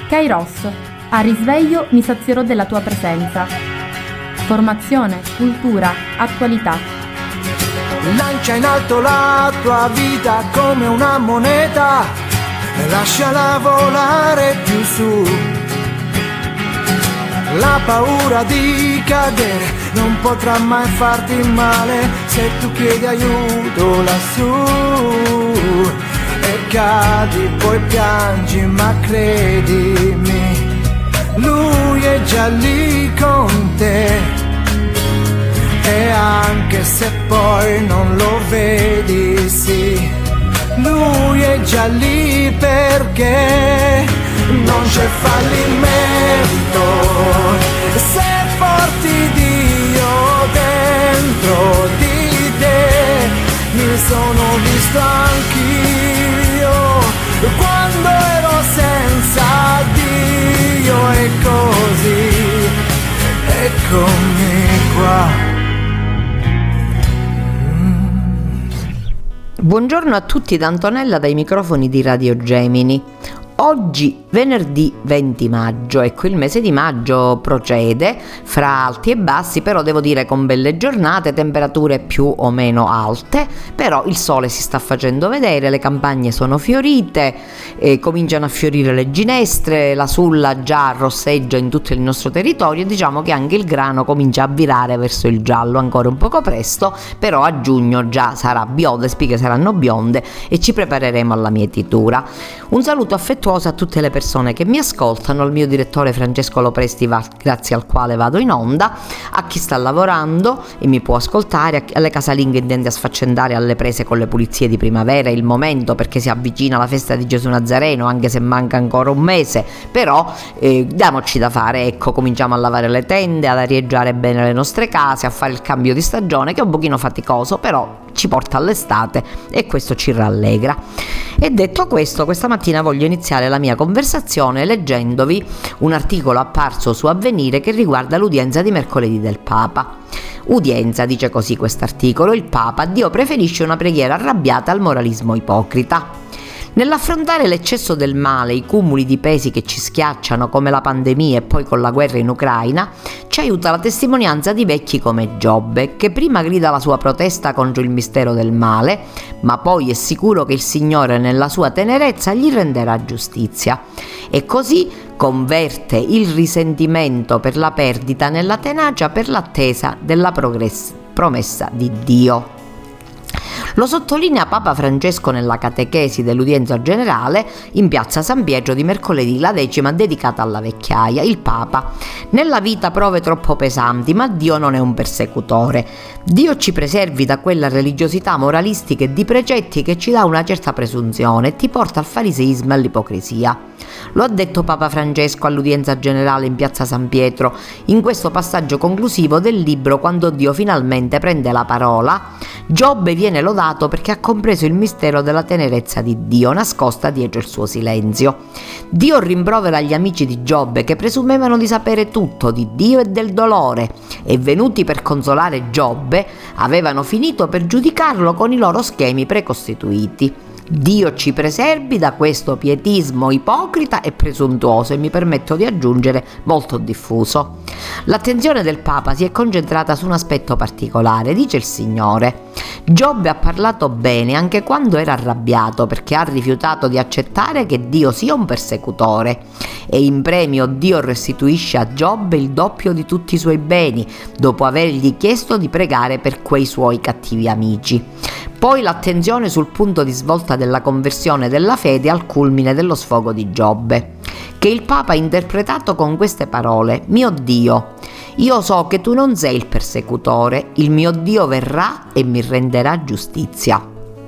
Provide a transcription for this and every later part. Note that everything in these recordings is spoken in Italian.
Kairos, a risveglio mi sazierò della tua presenza. Formazione, cultura, attualità. Lancia in alto la tua vita come una moneta e lasciala volare più su. La paura di cadere non potrà mai farti male se tu chiedi aiuto lassù. E cadi, poi piangi, ma credimi, lui è già lì con te. E anche se poi non lo vedi, sì, lui è già lì perché non c'è fallimento se porti Dio dentro di te. Mi sono visto anch'io quando ero senza Dio, e così eccomi qua. Buongiorno a tutti da Antonella dai microfoni di Radio Gemini. Oggi venerdì 20 maggio, ecco, il mese di maggio procede fra alti e bassi, però devo dire con belle giornate, temperature più o meno alte, però il sole si sta facendo vedere, le campagne sono fiorite, cominciano a fiorire le ginestre, la sulla già rosseggia in tutto il nostro territorio e diciamo che anche il grano comincia a virare verso il giallo, ancora un poco presto, però a giugno già sarà bionda, le spighe saranno bionde e ci prepareremo alla mietitura. Un saluto affettuoso a tutte le persone che mi ascoltano, al mio direttore Francesco Lopresti, grazie al quale vado in onda, a chi sta lavorando e mi può ascoltare, alle casalinghe intende a sfaccendare alle prese con le pulizie di primavera, è il momento perché si avvicina la festa di Gesù Nazareno, anche se manca ancora un mese, però diamoci da fare, ecco, cominciamo a lavare le tende, ad arieggiare bene le nostre case, a fare il cambio di stagione che è un pochino faticoso, però ci porta all'estate e questo ci rallegra. E detto questo, questa mattina voglio iniziare la mia conversazione leggendovi un articolo apparso su Avvenire che riguarda l'udienza di mercoledì del Papa. Udienza, dice così quest'articolo: il Papa, Dio preferisce una preghiera arrabbiata al moralismo ipocrita. Nell'affrontare l'eccesso del male, i cumuli di pesi che ci schiacciano come la pandemia e poi con la guerra in Ucraina, ci aiuta la testimonianza di vecchi come Giobbe, che prima grida la sua protesta contro il mistero del male, ma poi è sicuro che il Signore nella sua tenerezza gli renderà giustizia. E così converte il risentimento per la perdita nella tenacia per l'attesa della promessa di Dio. Lo sottolinea Papa Francesco nella catechesi dell'udienza generale in piazza San Pietro di mercoledì, la 10ª dedicata alla vecchiaia. Il Papa: nella vita prove troppo pesanti, ma Dio non è un persecutore. Dio ci preservi da quella religiosità moralistica e di precetti che ci dà una certa presunzione e ti porta al fariseismo e all'ipocrisia. Lo ha detto Papa Francesco all'udienza generale in piazza San Pietro, in questo passaggio conclusivo del libro Quando Dio finalmente prende la parola. Giobbe viene lodato perché ha compreso il mistero della tenerezza di Dio, nascosta dietro il suo silenzio. Dio rimprovera gli amici di Giobbe che presumevano di sapere tutto di Dio e del dolore e, venuti per consolare Giobbe, avevano finito per giudicarlo con i loro schemi precostituiti. Dio ci preservi da questo pietismo ipocrita e presuntuoso, e mi permetto di aggiungere molto diffuso. L'attenzione del Papa si è concentrata su un aspetto particolare, dice il Signore. Giobbe ha parlato bene anche quando era arrabbiato, perché ha rifiutato di accettare che Dio sia un persecutore, e in premio Dio restituisce a Giobbe il doppio di tutti i suoi beni, dopo avergli chiesto di pregare per quei suoi cattivi amici. Poi l'attenzione sul punto di svolta della conversione della fede al culmine dello sfogo di Giobbe, che il Papa ha interpretato con queste parole: mio Dio, io so che tu non sei il persecutore, il mio Dio verrà e mi renderà giustizia.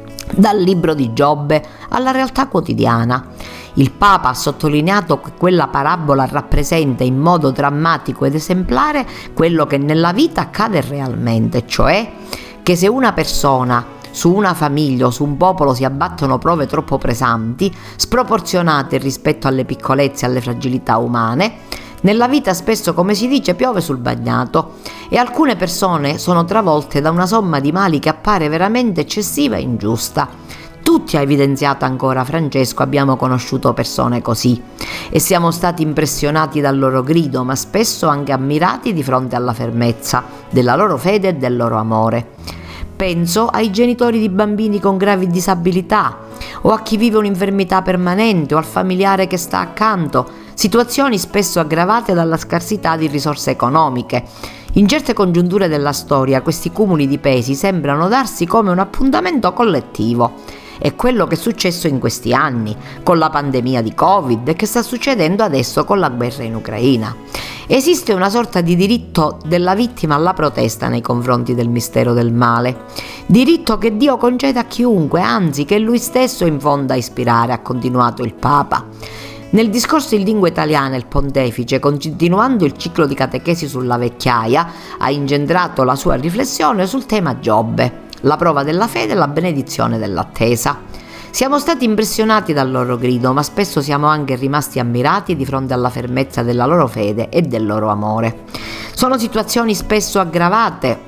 Dal libro di Giobbe alla realtà quotidiana. Il Papa ha sottolineato che quella parabola rappresenta in modo drammatico ed esemplare quello che nella vita accade realmente, cioè che se una persona, su una famiglia o su un popolo si abbattono prove troppo pesanti, sproporzionate rispetto alle piccolezze e alle fragilità umane, nella vita spesso, come si dice, piove sul bagnato e alcune persone sono travolte da una somma di mali che appare veramente eccessiva e ingiusta. Tutti, ha evidenziato ancora Francesco, abbiamo conosciuto persone così e siamo stati impressionati dal loro grido, ma spesso anche ammirati di fronte alla fermezza della loro fede e del loro amore. Penso ai genitori di bambini con gravi disabilità o a chi vive un'infermità permanente o al familiare che sta accanto, situazioni spesso aggravate dalla scarsità di risorse economiche. In certe congiunture della storia questi cumuli di pesi sembrano darsi come un appuntamento collettivo. È quello che è successo in questi anni, con la pandemia di Covid e che sta succedendo adesso con la guerra in Ucraina. Esiste una sorta di diritto della vittima alla protesta nei confronti del mistero del male, diritto che Dio concede a chiunque, anzi che Lui stesso in fondo a ispirare, ha continuato il Papa. Nel discorso in lingua italiana il pontefice, continuando il ciclo di catechesi sulla vecchiaia, ha ingendrato la sua riflessione sul tema Giobbe, la prova della fede e la benedizione dell'attesa. Siamo stati impressionati dal loro grido, ma spesso siamo anche rimasti ammirati di fronte alla fermezza della loro fede e del loro amore. Sono situazioni spesso aggravate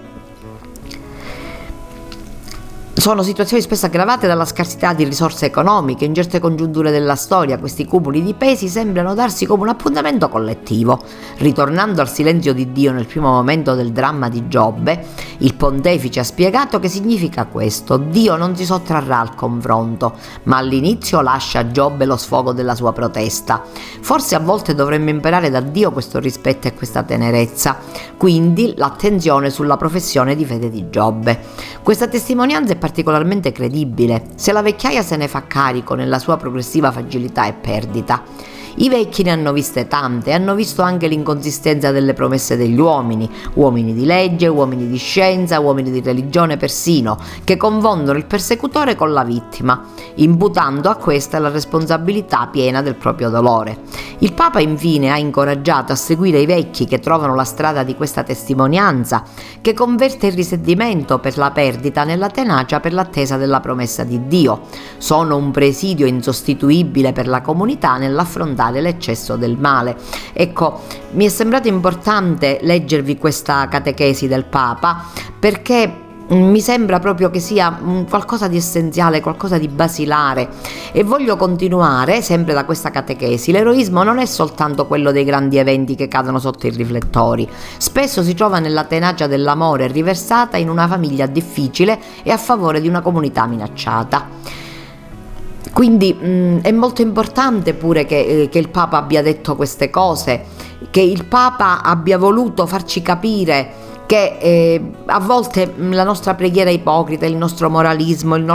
dalla scarsità di risorse economiche. In certe congiunture della storia questi cumuli di pesi sembrano darsi come un appuntamento collettivo. Ritornando al silenzio di Dio nel primo momento del dramma di Giobbe, il pontefice ha spiegato che significa questo: Dio non si sottrarrà al confronto, ma all'inizio lascia a Giobbe lo sfogo della sua protesta. Forse a volte dovremmo imparare da Dio questo rispetto e questa tenerezza, quindi l'attenzione sulla professione di fede di Giobbe. Questa testimonianza è particolarmente credibile se la vecchiaia se ne fa carico nella sua progressiva fragilità e perdita. I vecchi ne hanno viste tante e hanno visto anche l'inconsistenza delle promesse degli uomini di legge, uomini di scienza, uomini di religione persino, che confondono il persecutore con la vittima, imputando a questa la responsabilità piena del proprio dolore. Il Papa infine ha incoraggiato a seguire i vecchi che trovano la strada di questa testimonianza, che converte il risentimento per la perdita nella tenacia per l'attesa della promessa di Dio. Sono un presidio insostituibile per la comunità nell'affrontare l'eccesso del male. Ecco, mi è sembrato importante leggervi questa catechesi del Papa perché mi sembra proprio che sia qualcosa di essenziale, qualcosa di basilare, e voglio continuare sempre da questa catechesi. L'eroismo non è soltanto quello dei grandi eventi che cadono sotto i riflettori, spesso si trova nella tenacia dell'amore riversata in una famiglia difficile e a favore di una comunità minacciata. Quindi è molto importante pure che il Papa abbia detto queste cose, che il Papa abbia voluto farci capire che a volte la nostra preghiera ipocrita, il nostro moralismo, il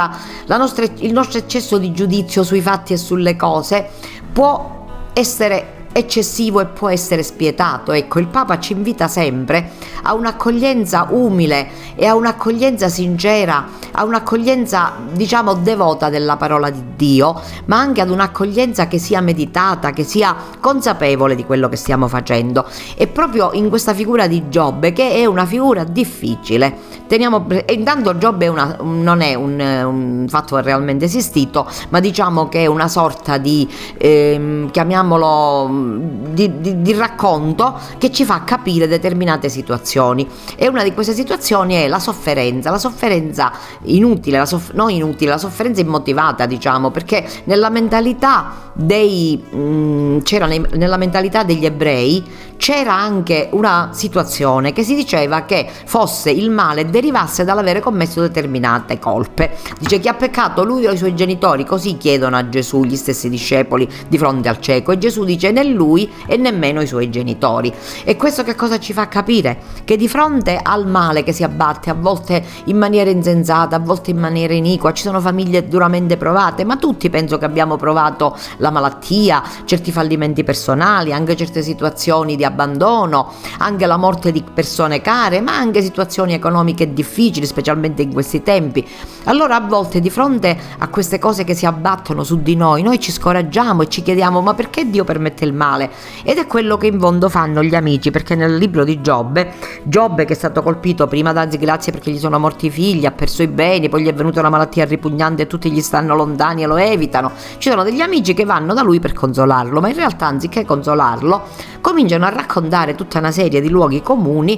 nostro eccesso di giudizio sui fatti e sulle cose può essere eccessivo e può essere spietato. Ecco, il Papa ci invita sempre a un'accoglienza umile e a un'accoglienza sincera, a un'accoglienza, diciamo, devota della parola di Dio, ma anche ad un'accoglienza che sia meditata, che sia consapevole di quello che stiamo facendo. E proprio in questa figura di Giobbe, che è una figura difficile, intanto Giobbe non è un fatto realmente esistito, ma diciamo che è una sorta di chiamiamolo di racconto che ci fa capire determinate situazioni, e una di queste situazioni è la sofferenza inutile, la sofferenza immotivata, diciamo, perché nella mentalità nella mentalità degli ebrei c'era anche una situazione che si diceva che fosse il male derivasse dall'avere commesso determinate colpe. Dice: chi ha peccato, lui o i suoi genitori? Così chiedono a Gesù gli stessi discepoli di fronte al cieco, e Gesù dice: né lui e nemmeno i suoi genitori. E questo che cosa ci fa capire? Che di fronte al male che si abbatte a volte in maniera insensata, a volte in maniera iniqua, ci sono famiglie duramente provate, ma tutti penso che abbiamo provato la malattia, certi fallimenti personali, anche certe situazioni di abbandono, anche la morte di persone care, ma anche situazioni economiche difficili, specialmente in questi tempi. Allora a volte di fronte a queste cose che si abbattono su di noi ci scoraggiamo e ci chiediamo: ma perché Dio permette il male? Ed è quello che in fondo fanno gli amici, perché nel libro di Giobbe che è stato colpito prima da disgrazie perché gli sono morti i figli, ha perso i beni, poi gli è venuta una malattia ripugnante e tutti gli stanno lontani e lo evitano, ci sono degli amici che vanno da lui per consolarlo, ma in realtà anziché consolarlo cominciano a raccontare tutta una serie di luoghi comuni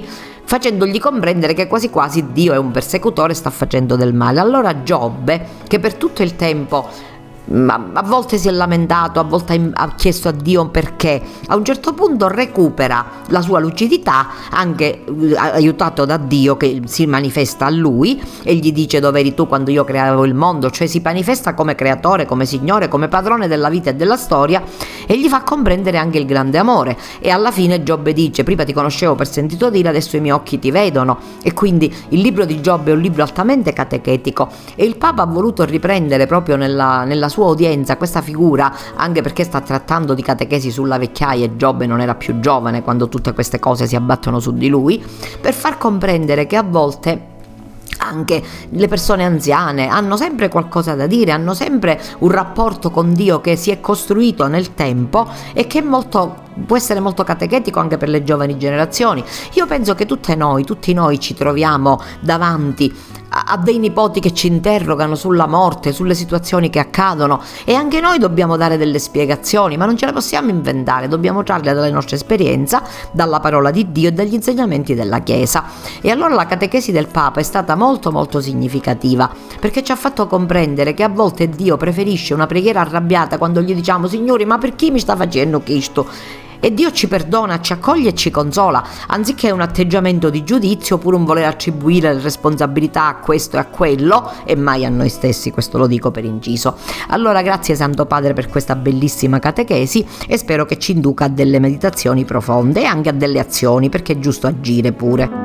facendogli comprendere che quasi quasi Dio è un persecutore e sta facendo del male. Allora Giobbe, che per tutto il tempo a volte si è lamentato, a volte ha chiesto a Dio perché, a un certo punto recupera la sua lucidità, anche aiutato da Dio che si manifesta a lui e gli dice: dove eri tu quando io creavo il mondo? Cioè si manifesta come creatore, come signore, come padrone della vita e della storia, e gli fa comprendere anche il grande amore. E alla fine Giobbe dice: prima ti conoscevo per sentito dire, adesso i miei occhi ti vedono. E quindi il libro di Giobbe è un libro altamente catechetico, e il Papa ha voluto riprendere proprio nella sua udienza questa figura, anche perché sta trattando di catechesi sulla vecchiaia e Giobbe non era più giovane quando tutte queste cose si abbattono su di lui, per far comprendere che a volte anche le persone anziane hanno sempre qualcosa da dire, hanno sempre un rapporto con Dio che si è costruito nel tempo e che può essere molto catechetico anche per le giovani generazioni. Io penso che tutti noi ci troviamo davanti a dei nipoti che ci interrogano sulla morte, sulle situazioni che accadono, e anche noi dobbiamo dare delle spiegazioni, ma non ce le possiamo inventare, dobbiamo trarle dalla nostra esperienza, dalla parola di Dio e dagli insegnamenti della Chiesa. E allora la catechesi del Papa è stata molto molto significativa, perché ci ha fatto comprendere che a volte Dio preferisce una preghiera arrabbiata quando gli diciamo: Signore, ma per chi mi sta facendo questo? E Dio ci perdona, ci accoglie e ci consola, anziché un atteggiamento di giudizio oppure un voler attribuire le responsabilità a questo e a quello, e mai a noi stessi, questo lo dico per inciso. Allora grazie Santo Padre per questa bellissima catechesi, e spero che ci induca a delle meditazioni profonde e anche a delle azioni, perché è giusto agire pure.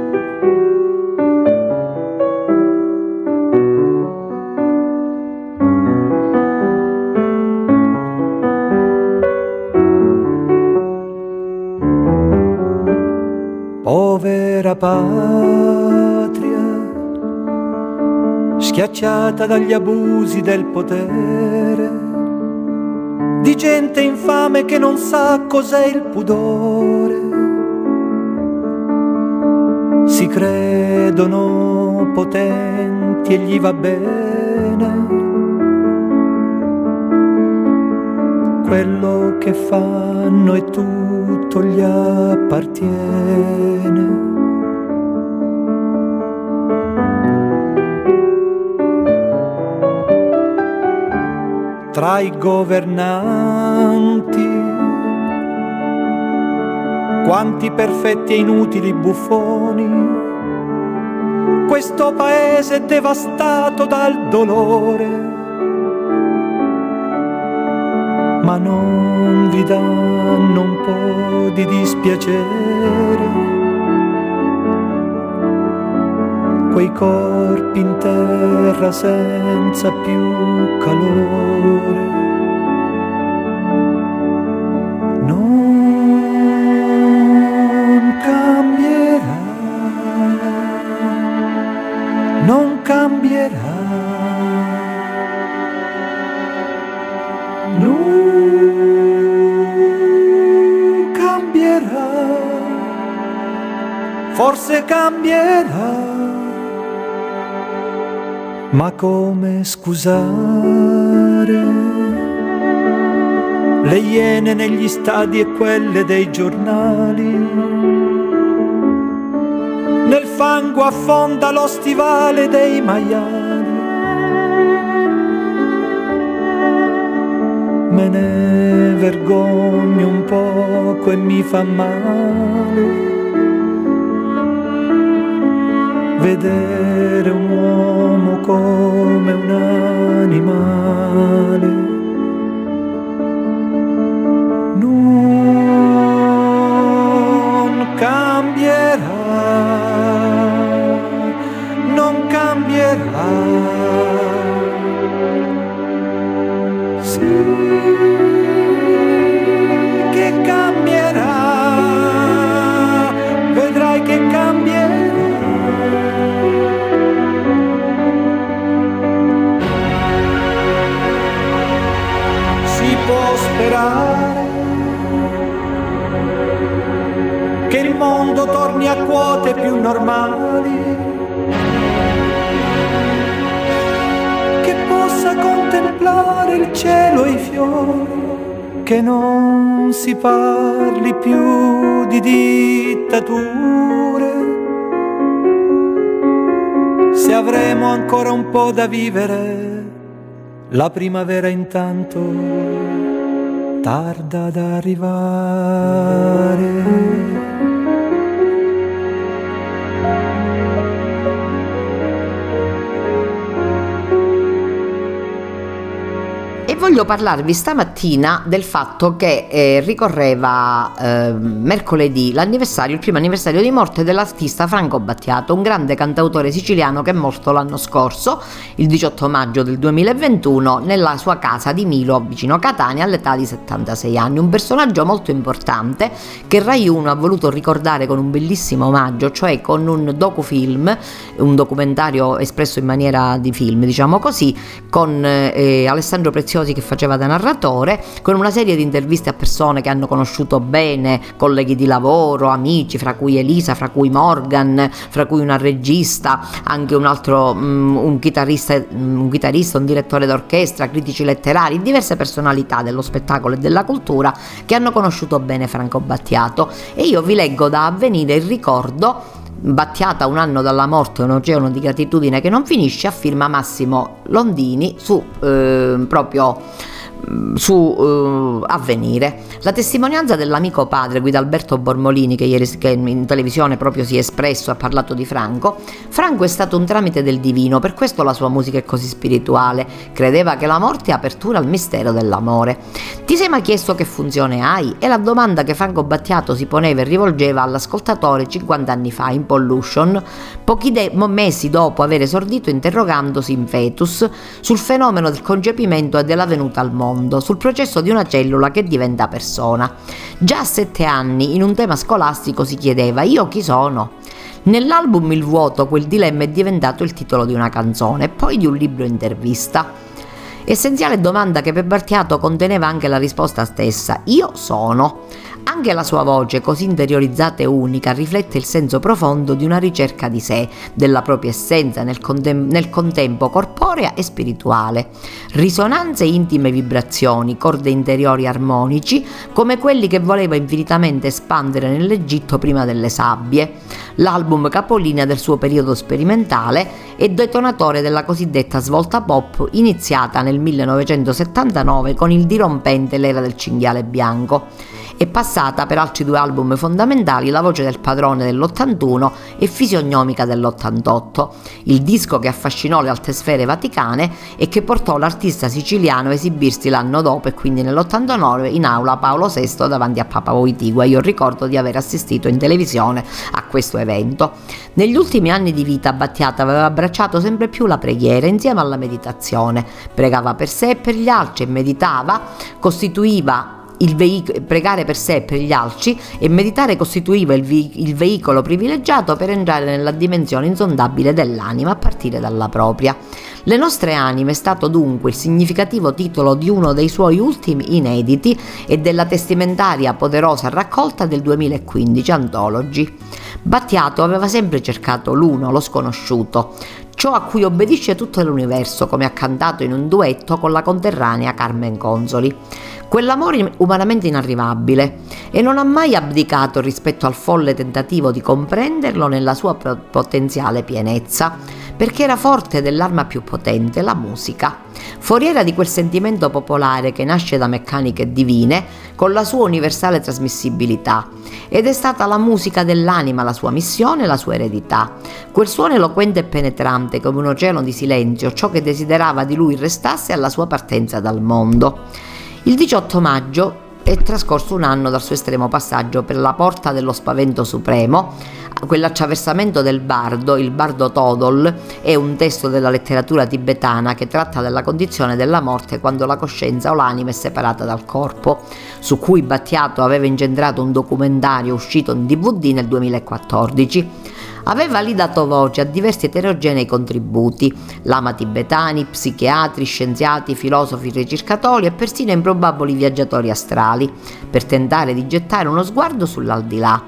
Povera patria, schiacciata dagli abusi del potere, di gente infame che non sa cos'è il pudore. Si credono potenti e gli va bene quello che fanno e tutto gli appartiene. Tra i governanti, quanti perfetti e inutili buffoni, questo paese è devastato dal dolore. Ma non vi danno un po' di dispiacere quei corpi in terra senza più calore? Non cambierà, non cambierà. Non cambierà, forse cambierà, ma come scusare le iene negli stadi e quelle dei giornali? Nel fango affonda lo stivale dei maiali. Me ne vergogno un poco e mi fa male vedere un uomo come un animale. Non cambierà, non cambierà. Che cambierà, vedrai che cambierà. Si può sperare che il mondo torni a quote più normali, che possa contemplare il cielo e i fiori, che non si parli più di dittature, se avremo ancora un po' da vivere, la primavera intanto tarda ad arrivare. E voglio parlarvi stamattina del fatto che ricorreva mercoledì il primo anniversario di morte dell'artista Franco Battiato, un grande cantautore siciliano che è morto l'anno scorso, il 18 maggio del 2021, nella sua casa di Milo, vicino Catania, all'età di 76 anni. Un personaggio molto importante che Rai 1 ha voluto ricordare con un bellissimo omaggio, cioè con un docufilm, un documentario espresso in maniera di film, diciamo così, con Alessandro Preziosi che faceva da narratore, con una serie di interviste a persone che hanno conosciuto bene, colleghi di lavoro, amici, fra cui Elisa, fra cui Morgan, fra cui una regista, anche un altro un chitarrista, un direttore d'orchestra, critici letterari, diverse personalità dello spettacolo e della cultura che hanno conosciuto bene Franco Battiato. E io vi leggo da Avvenire il ricordo: Battiata, un anno dalla morte, un oceano di gratitudine che non finisce, a firma Massimo Londini su Avvenire. La testimonianza dell'amico padre Guidalberto Bormolini, che in televisione proprio si è espresso, ha parlato di Franco. Franco è stato un tramite del divino, per questo la sua musica è così spirituale. Credeva che la morte è apertura al mistero dell'amore. Ti sei mai chiesto che funzione hai? È la domanda che Franco Battiato si poneva e rivolgeva all'ascoltatore 50 anni fa in Pollution, pochi mesi dopo aver esordito, interrogandosi in Fetus sul fenomeno del concepimento e della venuta al mondo, sul processo di una cellula che diventa persona. Già a 7 anni, in un tema scolastico, si chiedeva: io chi sono? Nell'album Il vuoto quel dilemma è diventato il titolo di una canzone, poi di un libro intervista. Essenziale domanda che per Battiato conteneva anche la risposta stessa: io sono. Anche la sua voce, così interiorizzata e unica, riflette il senso profondo di una ricerca di sé, della propria essenza, nel contempo corporea e spirituale. Risonanze e intime vibrazioni, corde interiori armonici, come quelli che voleva infinitamente espandere nell'Egitto prima delle sabbie. L'album capolinea del suo periodo sperimentale e detonatore della cosiddetta svolta pop iniziata nel 1979 con il dirompente L'era del cinghiale bianco. È passata per altri 2 album fondamentali, La voce del padrone dell'81 e Fisionomica dell'88, il disco che affascinò le alte sfere vaticane e che portò l'artista siciliano a esibirsi l'anno dopo, e quindi nell'89, in aula Paolo VI davanti a Papa Wojtyła. Io ricordo di aver assistito in televisione a questo evento. Negli ultimi anni di vita Battiato aveva abbracciato sempre più la preghiera insieme alla meditazione. Pregava per sé e per gli altri e meditava, pregare per sé e per gli altri e meditare costituiva il veicolo privilegiato per entrare nella dimensione insondabile dell'anima a partire dalla propria. Le nostre anime è stato dunque il significativo titolo di uno dei suoi ultimi inediti e della testamentaria poderosa raccolta del 2015 Anthology. Battiato aveva sempre cercato l'uno, lo sconosciuto, ciò a cui obbedisce tutto l'universo, come ha cantato in un duetto con la conterranea Carmen Consoli. Quell'amore umanamente inarrivabile, e non ha mai abdicato rispetto al folle tentativo di comprenderlo nella sua potenziale pienezza, perché era forte dell'arma più potente, la musica, foriera di quel sentimento popolare che nasce da meccaniche divine con la sua universale trasmissibilità, ed è stata la musica dell'anima la sua missione e la sua eredità, quel suono eloquente e penetrante come un oceano di silenzio, ciò che desiderava di lui restasse alla sua partenza dal mondo. Il 18 maggio è trascorso un anno dal suo estremo passaggio per la porta dello spavento supremo. Quell'attraversamento del bardo, il bardo Todol, è un testo della letteratura tibetana che tratta della condizione della morte quando la coscienza o l'anima è separata dal corpo, su cui Battiato aveva ingendrato un documentario uscito in DVD nel 2014. Aveva lì dato voce a diversi eterogenei contributi, lama tibetani, psichiatri, scienziati, filosofi, ricercatori e persino improbabili viaggiatori astrali, per tentare di gettare uno sguardo sull'aldilà.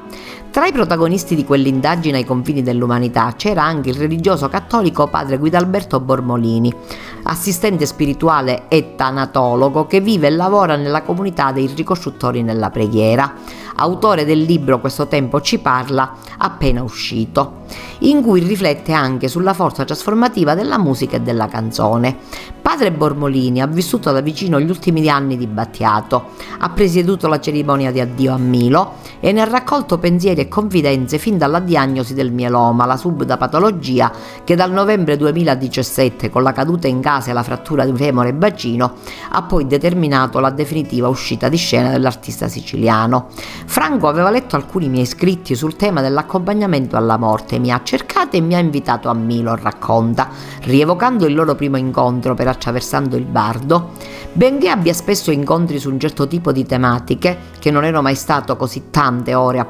Tra i protagonisti di quell'indagine ai confini dell'umanità c'era anche il religioso cattolico padre Guidalberto Bormolini, assistente spirituale e tanatologo che vive e lavora nella comunità dei ricostruttori nella preghiera, autore del libro Questo tempo ci parla, appena uscito, in cui riflette anche sulla forza trasformativa della musica e della canzone. Padre Bormolini ha vissuto da vicino gli ultimi anni di Battiato, ha presieduto la cerimonia di addio a Milo e ne ha raccolto pensieri e confidenze fin dalla diagnosi del mieloma, la subdola patologia che dal novembre 2017, con la caduta in casa e la frattura di femore e bacino, ha poi determinato la definitiva uscita di scena dell'artista siciliano. Franco aveva letto alcuni miei scritti sul tema dell'accompagnamento alla morte, mi ha cercato e mi ha invitato a Milo, racconta, rievocando il loro primo incontro per Attraversando il Bardo. Benché abbia spesso incontri su un certo tipo di tematiche, che non ero mai stato così tante ore a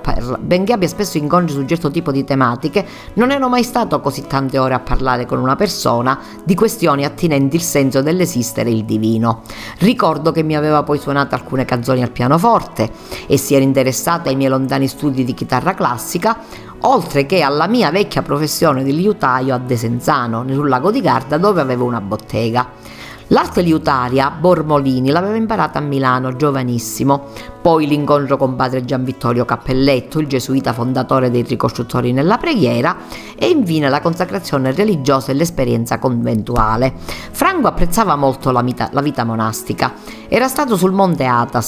parlare con una persona di questioni attinenti il senso dell'esistere e il divino. Ricordo che mi aveva poi suonato alcune canzoni al pianoforte e si era interessato ai miei lontani studi di chitarra classica, oltre che alla mia vecchia professione di liutaio a Desenzano, sul lago di Garda, dove avevo una bottega. L'arte liutaria Bormolini l'aveva imparata a Milano giovanissimo, poi l'incontro con padre Gian Vittorio Cappelletto, il gesuita fondatore dei ricostruttori nella preghiera, e infine la consacrazione religiosa e l'esperienza conventuale. Franco apprezzava molto la vita monastica, era stato sul monte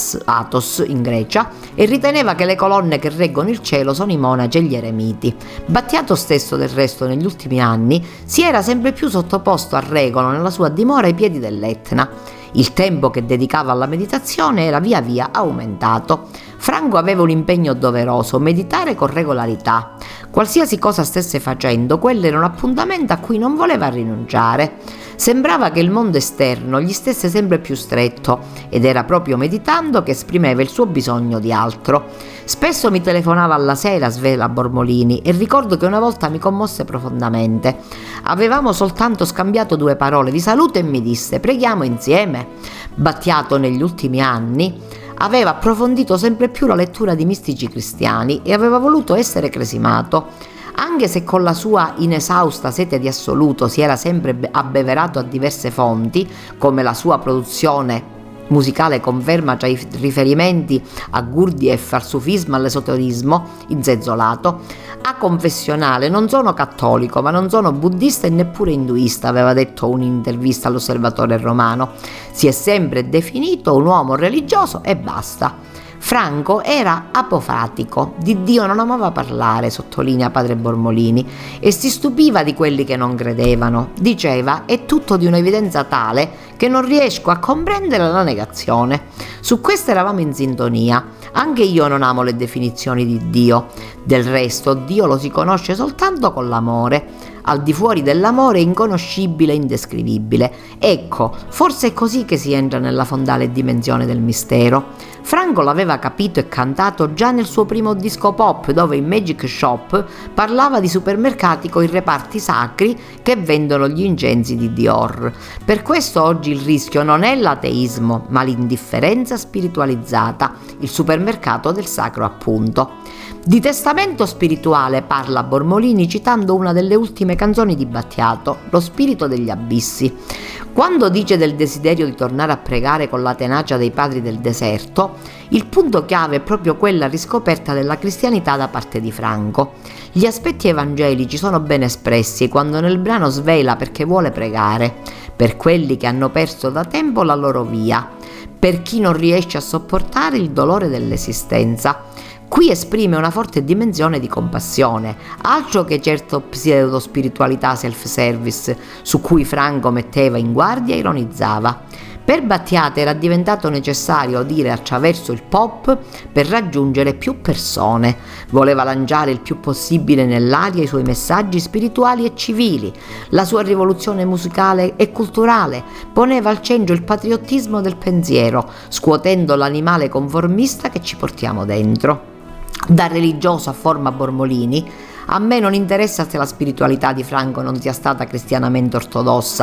Athos in Grecia e riteneva che le colonne che reggono il cielo sono i monaci e gli eremiti. Battiato stesso, del resto, negli ultimi anni si era sempre più sottoposto a regolo nella sua dimora ai piedi dell'Etna. Il tempo che dedicava alla meditazione era via via aumentato. Franco aveva un impegno doveroso: meditare con regolarità. Qualsiasi cosa stesse facendo, quello era un appuntamento a cui non voleva rinunciare. Sembrava che il mondo esterno gli stesse sempre più stretto ed era proprio meditando che esprimeva il suo bisogno di altro. Spesso mi telefonava alla sera, svela Bormolini, e ricordo che una volta mi commosse profondamente. Avevamo soltanto scambiato 2 parole di saluto e mi disse: preghiamo insieme. Battiato negli ultimi anni aveva approfondito sempre più la lettura di mistici cristiani e aveva voluto essere cresimato. Anche se con la sua inesausta sete di assoluto si era sempre abbeverato a diverse fonti, come la sua produzione musicale conferma tra i riferimenti a Gurdjieff, al sufismo, all'esoterismo inzezzolato, a confessionale: non sono cattolico, ma non sono buddista e neppure induista, aveva detto in un'intervista all'Osservatore Romano. Si è sempre definito un uomo religioso e basta. Franco era apofatico, di Dio non amava parlare, sottolinea padre Bormolini, e si stupiva di quelli che non credevano. Diceva: è tutto di un'evidenza tale che non riesco a comprendere la negazione. Su questo eravamo in sintonia. Anche io non amo le definizioni di Dio. Del resto, Dio lo si conosce soltanto con l'amore. Al di fuori dell'amore è inconoscibile e indescrivibile. Ecco, forse è così che si entra nella fondale dimensione del mistero. Franco l'aveva capito e cantato già nel suo primo disco pop, dove in Magic Shop parlava di supermercati con i reparti sacri che vendono gli incensi di Dior. Per questo oggi il rischio non è l'ateismo, ma l'indifferenza spiritualizzata, il supermercato del sacro appunto. Di testamento spirituale parla Bormolini citando una delle ultime canzoni di Battiato, Lo spirito degli abissi. Quando dice del desiderio di tornare a pregare con la tenacia dei padri del deserto, il punto chiave è proprio quella riscoperta della cristianità da parte di Franco. Gli aspetti evangelici sono ben espressi quando nel brano svela perché vuole pregare, per quelli che hanno perso da tempo la loro via, per chi non riesce a sopportare il dolore dell'esistenza. Qui esprime una forte dimensione di compassione, altro che certo pseudo-spiritualità self-service su cui Franco metteva in guardia e ironizzava. Per Battiato era diventato necessario udire attraverso il pop per raggiungere più persone. Voleva lanciare il più possibile nell'aria i suoi messaggi spirituali e civili. La sua rivoluzione musicale e culturale poneva al centro il patriottismo del pensiero, scuotendo l'animale conformista che ci portiamo dentro. Da religioso a forma Bormolini, a me non interessa se la spiritualità di Franco non sia stata cristianamente ortodossa,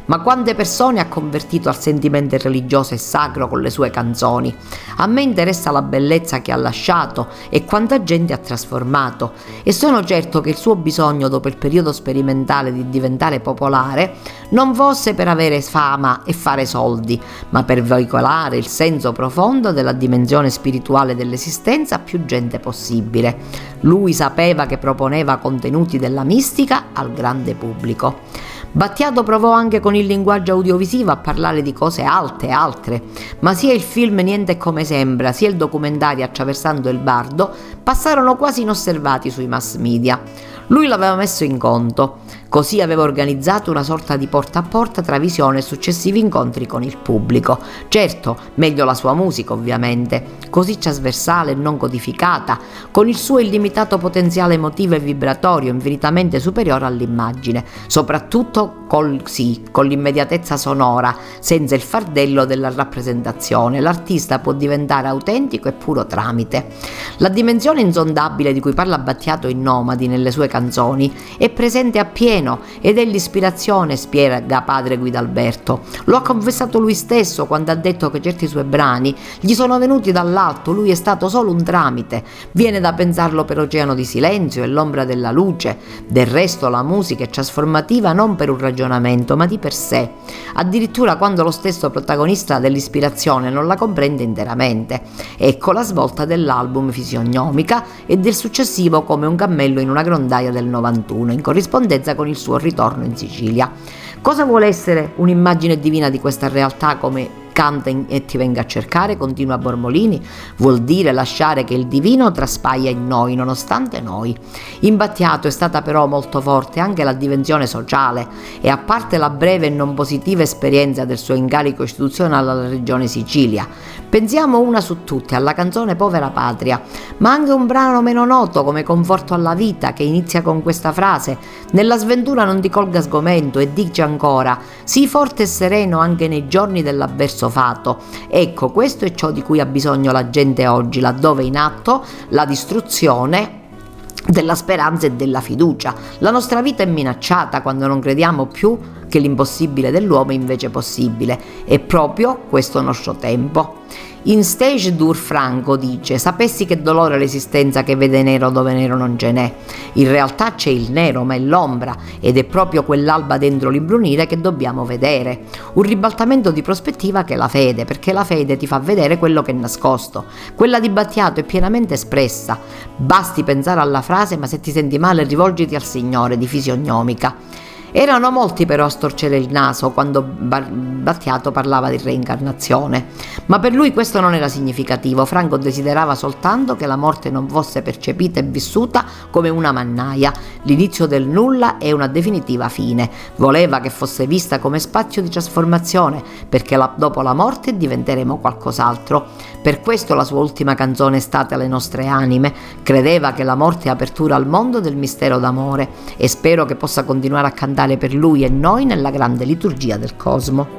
ma quante persone ha convertito al sentimento religioso e sacro con le sue canzoni. A me interessa la bellezza che ha lasciato e quanta gente ha trasformato, e sono certo che il suo bisogno dopo il periodo sperimentale di diventare popolare non fosse per avere fama e fare soldi, ma per veicolare il senso profondo della dimensione spirituale dell'esistenza a più gente possibile. Lui sapeva che proponeva contenuti della mistica al grande pubblico. Battiato provò anche con il linguaggio audiovisivo a parlare di cose alte e altre, ma sia il film Niente è come sembra, sia il documentario Attraversando il Bardo passarono quasi inosservati sui mass media. Lui l'aveva messo in conto, così aveva organizzato una sorta di porta a porta tra visione e successivi incontri con il pubblico. Certo, meglio la sua musica ovviamente, così trasversale e non codificata, con il suo illimitato potenziale emotivo e vibratorio infinitamente superiore all'immagine, soprattutto con l'immediatezza sonora, senza il fardello della rappresentazione. L'artista può diventare autentico e puro tramite. La dimensione insondabile di cui parla Battiato in Nomadi nelle sue canzoni è presente appieno ed è l'ispirazione, spiega padre Guidalberto. Lo ha confessato lui stesso quando ha detto che certi suoi brani gli sono venuti dall'alto, lui è stato solo un tramite. Viene da pensarlo per Oceano di Silenzio e L'ombra della luce. Del resto la musica è trasformativa non per un ragionamento, ma di per sé, addirittura quando lo stesso protagonista dell'ispirazione non la comprende interamente. Ecco la svolta dell'album Fisiognomica e del successivo Come un cammello in una grondaia del 91, in corrispondenza con il suo ritorno in Sicilia. Cosa vuole essere un'immagine divina di questa realtà, come Canta e ti venga a cercare, continua Bormolini? Vuol dire lasciare che il divino traspaia in noi, nonostante noi. In Battiato è stata però molto forte anche la dimensione sociale, e a parte la breve e non positiva esperienza del suo incarico istituzionale alla regione Sicilia, pensiamo una su tutte alla canzone Povera Patria, ma anche un brano meno noto come Conforto alla vita, che inizia con questa frase: nella sventura non ti colga sgomento, e dice ancora: sii forte e sereno anche nei giorni dell'avverso fato. Ecco, questo è ciò di cui ha bisogno la gente oggi, laddove è in atto la distruzione della speranza e della fiducia. La nostra vita è minacciata quando non crediamo più che l'impossibile dell'uomo è invece possibile. È proprio questo nostro tempo. In Stage Dur Franco dice: sapessi che dolore l'esistenza che vede nero dove nero non ce n'è. In realtà c'è il nero, ma è l'ombra, ed è proprio quell'alba dentro l'imbrunire che dobbiamo vedere. Un ribaltamento di prospettiva che è la fede, perché la fede ti fa vedere quello che è nascosto. Quella di Battiato è pienamente espressa. Basti pensare alla frase "ma se ti senti male rivolgiti al Signore" di Fisiognomica. Erano molti però a storcere il naso quando Battiato parlava di reincarnazione, ma per lui questo non era significativo. Franco desiderava soltanto che la morte non fosse percepita e vissuta come una mannaia, l'inizio del nulla e una definitiva fine. Voleva che fosse vista come spazio di trasformazione, perché dopo la morte diventeremo qualcos'altro. Per questo la sua ultima canzone State le nostre anime. Credeva che la morte è apertura al mondo del mistero d'amore, e spero che possa continuare a cantare per lui e noi nella grande liturgia del cosmo.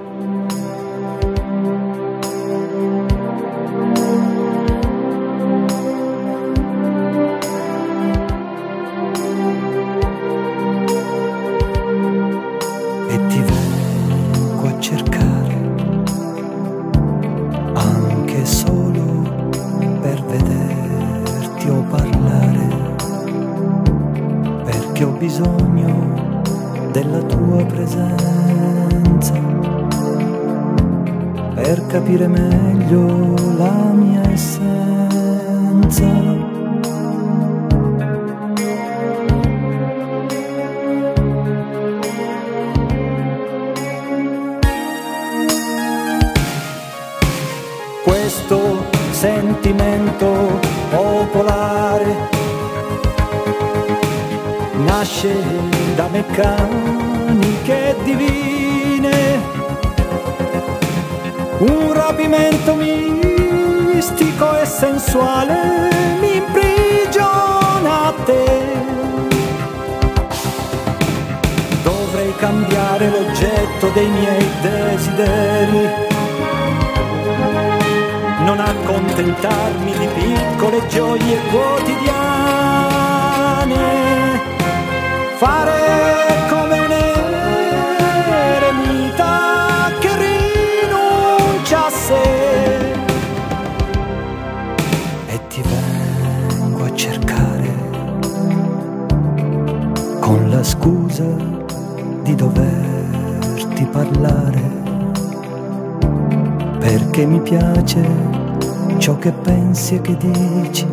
E ti vengo a cercare anche solo per vederti o parlare, perché ho bisogno della tua presenza per capire meglio la mia essenza. Questo sentimento popolare nasce da meccaniche divine, un rapimento mistico e sensuale mi imprigiona a te. Dovrei cambiare l'oggetto dei miei desideri, non accontentarmi di piccole gioie quotidiane, fare come un eremita parlare, perché mi piace ciò che pensi e che dici,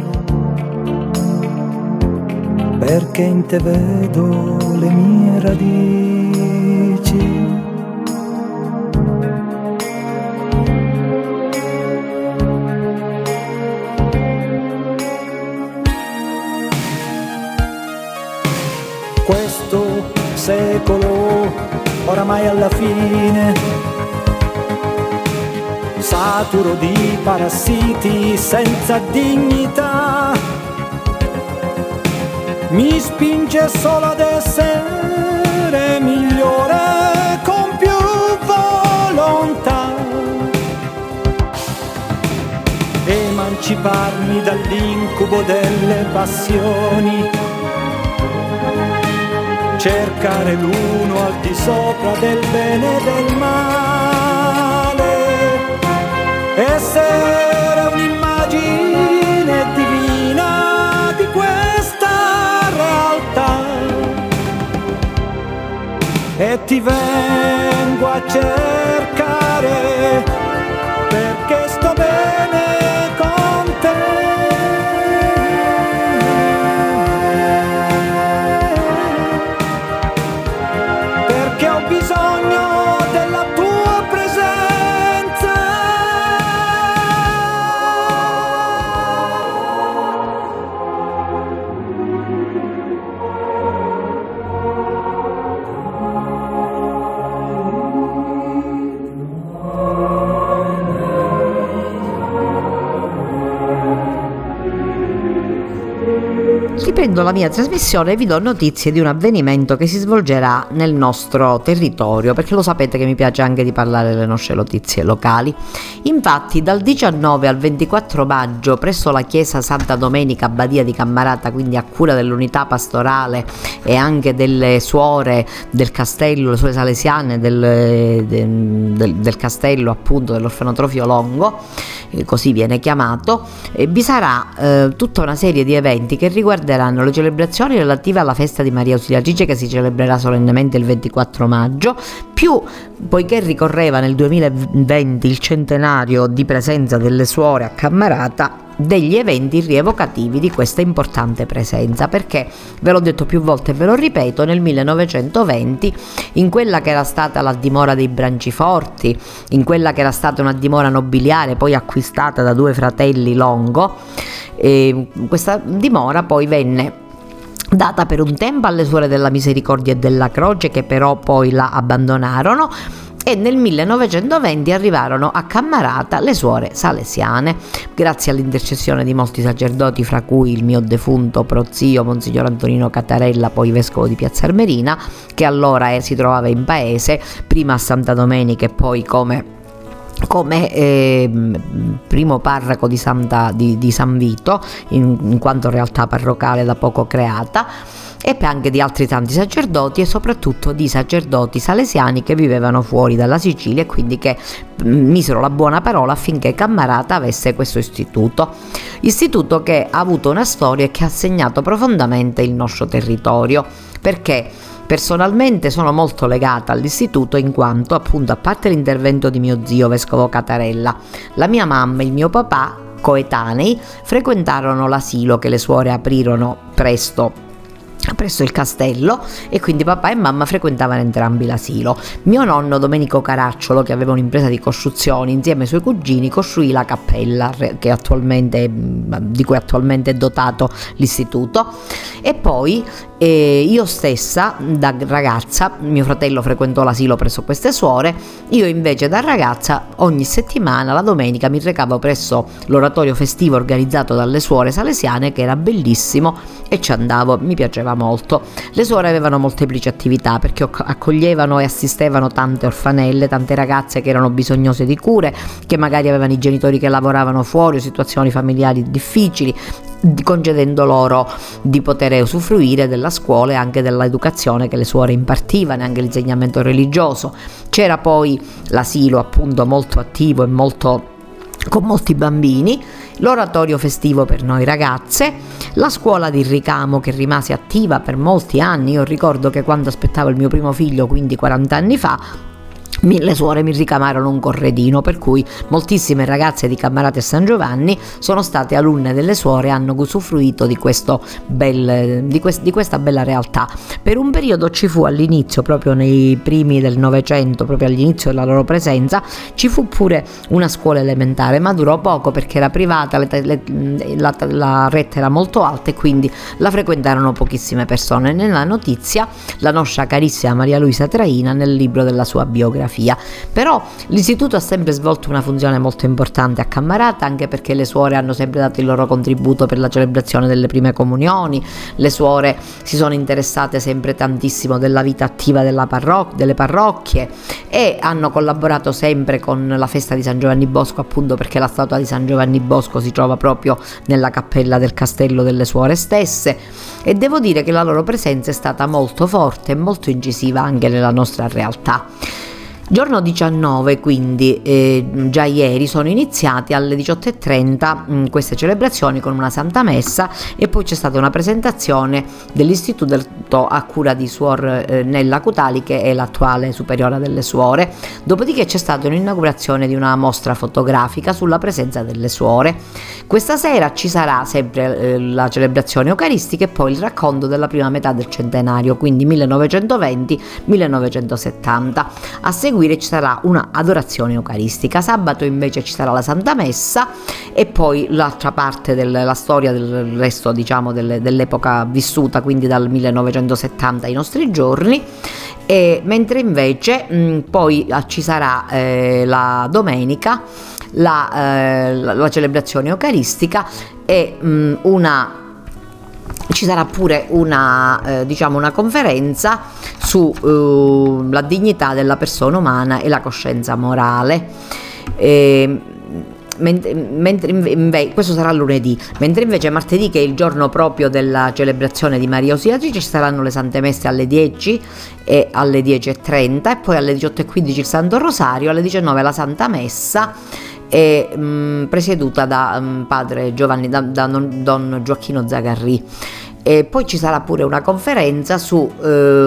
perché in te vedo le mie radici. Questo secolo oramai alla fine, saturo di parassiti senza dignità, mi spinge solo ad essere migliore con più volontà, emanciparmi dall'incubo delle passioni, cercare l'uno al di sopra del bene e del male, essere un'immagine divina di questa realtà, e ti vengo a cercare perché sto bene con te. Riprendo la mia trasmissione e vi do notizie di un avvenimento che si svolgerà nel nostro territorio, perché lo sapete che mi piace anche di parlare delle nostre notizie locali. Infatti dal 19 al 24 maggio presso la chiesa Santa Domenica Abbadia di Cammarata, quindi a cura dell'unità pastorale e anche delle suore del castello, le suore salesiane del castello appunto dell'orfanotrofio Longo, così viene chiamato, vi sarà tutta una serie di eventi che riguarderanno le celebrazioni relative alla festa di Maria Ausiliatrice, che si celebrerà solennemente il 24 maggio, più, poiché ricorreva nel 2020 il centenario di presenza delle suore a Cammarata, degli eventi rievocativi di questa importante presenza, perché ve l'ho detto più volte e ve lo ripeto, nel 1920 in quella che era stata la dimora dei Branciforti, in quella che era stata una dimora nobiliare poi acquistata da due fratelli Longo, questa dimora poi venne data per un tempo alle suore della Misericordia e della Croce, che però poi la abbandonarono, e nel 1920 arrivarono a Cammarata le suore salesiane, grazie all'intercessione di molti sacerdoti, fra cui il mio defunto prozio Monsignor Antonino Catarella, poi vescovo di Piazza Armerina, che allora si trovava in paese, prima a Santa Domenica e poi come primo parroco di San Vito, in quanto realtà parrocale da poco creata, e anche di altri tanti sacerdoti, e soprattutto di sacerdoti salesiani che vivevano fuori dalla Sicilia e quindi che misero la buona parola affinché Cammarata avesse questo istituto che ha avuto una storia e che ha segnato profondamente il nostro territorio, perché personalmente sono molto legata all'istituto, in quanto appunto, a parte l'intervento di mio zio vescovo Catarella, la mia mamma e il mio papà coetanei frequentarono l'asilo che le suore aprirono presso il castello, e quindi papà e mamma frequentavano entrambi l'asilo. Mio nonno Domenico Caracciolo, che aveva un'impresa di costruzioni, insieme ai suoi cugini costruì la cappella di cui attualmente è dotato l'istituto, e poi io stessa da ragazza, mio fratello frequentò l'asilo presso queste suore, io invece da ragazza ogni settimana la domenica mi recavo presso l'oratorio festivo organizzato dalle suore salesiane, che era bellissimo, e ci andavo, mi piaceva molto. Le suore avevano molteplici attività, perché accoglievano e assistevano tante orfanelle, tante ragazze che erano bisognose di cure, che magari avevano i genitori che lavoravano fuori o situazioni familiari difficili, concedendo loro di poter usufruire della scuola e anche dell'educazione che le suore impartivano, e anche l'insegnamento religioso. C'era poi l'asilo appunto molto attivo e con molti bambini, l'oratorio festivo per noi ragazze, la scuola di ricamo che rimase attiva per molti anni. Io ricordo che quando aspettavo il mio primo figlio, quindi 40 anni fa, Le suore mi ricamarono un corredino, per cui moltissime ragazze di Cammarate e San Giovanni sono state alunne delle suore e hanno usufruito di questa bella realtà. Per un periodo ci fu all'inizio, proprio nei primi del Novecento, proprio all'inizio della loro presenza, ci fu pure una scuola elementare, ma durò poco perché era privata, la retta era molto alta e quindi la frequentarono pochissime persone. Nella notizia la nostra carissima Maria Luisa Traina nel libro della sua biografia. Però l'istituto ha sempre svolto una funzione molto importante a Cammarata, anche perché le suore hanno sempre dato il loro contributo per la celebrazione delle prime comunioni. Le suore si sono interessate sempre tantissimo della vita attiva delle parrocchie e hanno collaborato sempre con la festa di San Giovanni Bosco, appunto perché la statua di San Giovanni Bosco si trova proprio nella cappella del castello delle suore stesse, e devo dire che la loro presenza è stata molto forte e molto incisiva anche nella nostra realtà. Giorno 19, quindi già ieri, sono iniziati alle 18:30 queste celebrazioni con una Santa Messa, e poi c'è stata una presentazione dell'istituto a cura di Suor Nella Cutali, che è l'attuale superiora delle suore. Dopodiché c'è stata un'inaugurazione di una mostra fotografica sulla presenza delle suore. Questa sera ci sarà sempre la celebrazione eucaristica e poi il racconto della prima metà del centenario, quindi 1920-1970. A seguire ci sarà una adorazione eucaristica. Sabato invece ci sarà la Santa Messa e poi l'altra parte della storia del resto, diciamo, dell'epoca vissuta, quindi dal 1970 ai nostri giorni. Mentre invece poi ci sarà la domenica la celebrazione eucaristica e ci sarà pure una conferenza su la dignità della persona umana e la coscienza morale. Questo sarà lunedì, mentre invece martedì, che è il giorno proprio della celebrazione di Maria Ausiliatrice, ci saranno le Sante Messe alle 10 e alle 10:30, e poi alle 18:15 il Santo Rosario, alle 19 la Santa Messa, presieduta da padre Giovanni, da Don Gioacchino Zagarri. E poi ci sarà pure una conferenza su la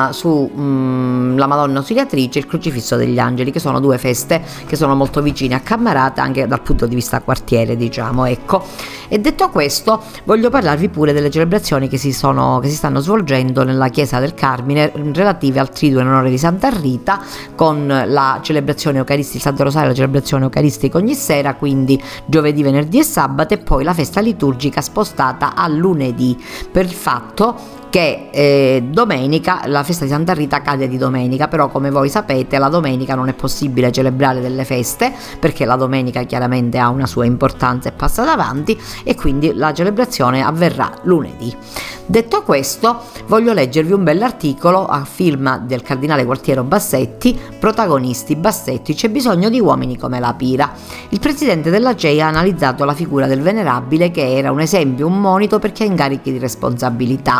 Madonna Ausiliatrice e il Crocifisso degli Angeli, che sono due feste che sono molto vicine a Cammarata anche dal punto di vista quartiere, diciamo, ecco. E detto questo, voglio parlarvi pure delle celebrazioni che si stanno svolgendo nella chiesa del Carmine relative al Triduo in onore di Santa Rita, con la celebrazione eucaristica, il Santo Rosario, la celebrazione eucaristica ogni sera, quindi giovedì, venerdì e sabato, e poi la festa liturgica spostata a lunedì, per il fatto che domenica la festa di Santa Rita cade di domenica. Però, come voi sapete, la domenica non è possibile celebrare delle feste, perché la domenica chiaramente ha una sua importanza e passa davanti, e quindi la celebrazione avverrà lunedì. Detto questo, voglio leggervi un bell'articolo a firma del cardinale Gualtiero Bassetti, protagonisti Bassetti, c'è bisogno di uomini come la Pira. Il presidente della CEI ha analizzato la figura del venerabile, che era un esempio, un monito per chi ha incarichi di responsabilità.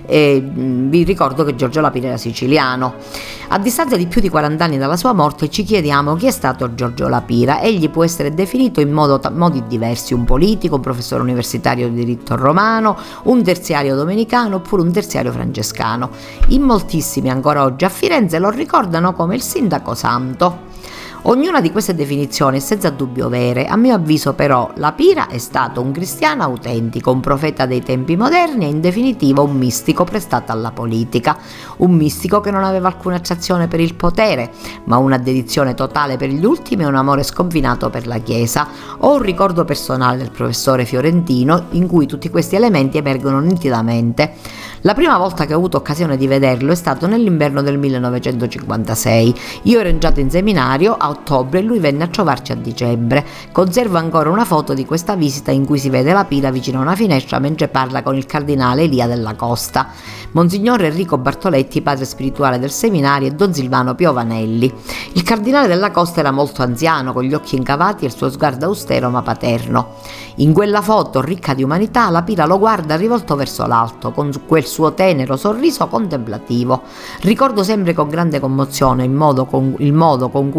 Vi ricordo che Giorgio La Pira era siciliano. A distanza di più di 40 anni dalla sua morte ci chiediamo chi è stato Giorgio La Pira. Egli può essere definito in modi diversi: un politico, un professore universitario di diritto romano, un terziario domenicano oppure un terziario francescano. In moltissimi ancora oggi a Firenze lo ricordano come il sindaco santo. Ognuna di queste definizioni è senza dubbio vere. A mio avviso, però, La Pira è stato un cristiano autentico, un profeta dei tempi moderni e, in definitiva, un mistico prestato alla politica. Un mistico che non aveva alcuna attrazione per il potere, ma una dedizione totale per gli ultimi e un amore sconfinato per la Chiesa. Ho un ricordo personale del professore Fiorentino in cui tutti questi elementi emergono nitidamente. La prima volta che ho avuto occasione di vederlo è stato nell'inverno del 1956. Io ero entrato in seminario a ottobre e lui venne a trovarci a dicembre. Conservo ancora una foto di questa visita in cui si vede La Pira vicino a una finestra mentre parla con il cardinale Elia della Costa, Monsignor Enrico Bartoletti, padre spirituale del seminario, e Don Silvano Piovanelli. Il cardinale della Costa era molto anziano, con gli occhi incavati e il suo sguardo austero ma paterno. In quella foto, ricca di umanità, La Pira lo guarda rivolto verso l'alto, con quel suo tenero sorriso contemplativo. Ricordo sempre con grande commozione il modo con cui dalla